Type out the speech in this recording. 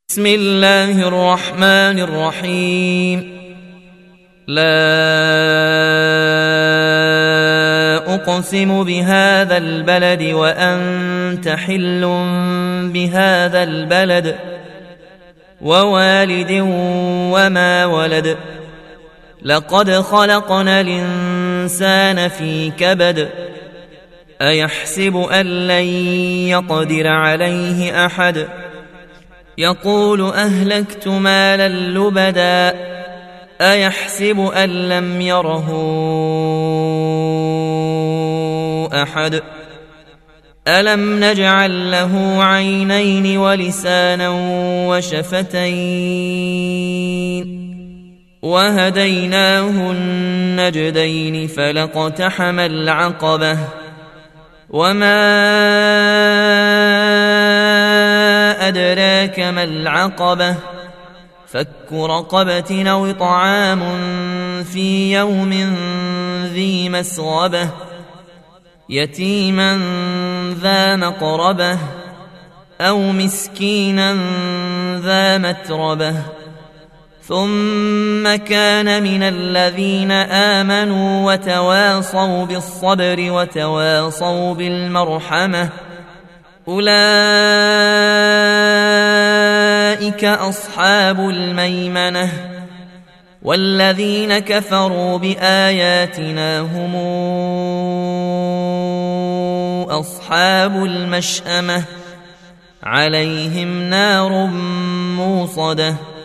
بسم الله الرحمن الرحيم. لا أقسم بهذا البلد وأنت حل بهذا البلد ووالد وما ولد. لقد خلقنا الإنسان في كبد. أيحسب أن لن يقدر عليه أحد. يقول أهلكت مالا لبدا. أيحسب أن لم يره أحد. ألم نجعل له عينين ولسانا وشفتين وهديناه النجدين فلاقتحم العقبة وما أدراك ما العقبة. فك رقبة أو إطعام في يوم ذي مسغبة يتيما ذا مقربة أو مسكينا ذا متربة ثم كان من الذين آمنوا وتواصوا بالصبر وتواصوا بالمرحمة أولئك أصحاب الميمنة. والذين كفروا بآياتنا هم أصحاب المشأمة عليهم نار موصدة.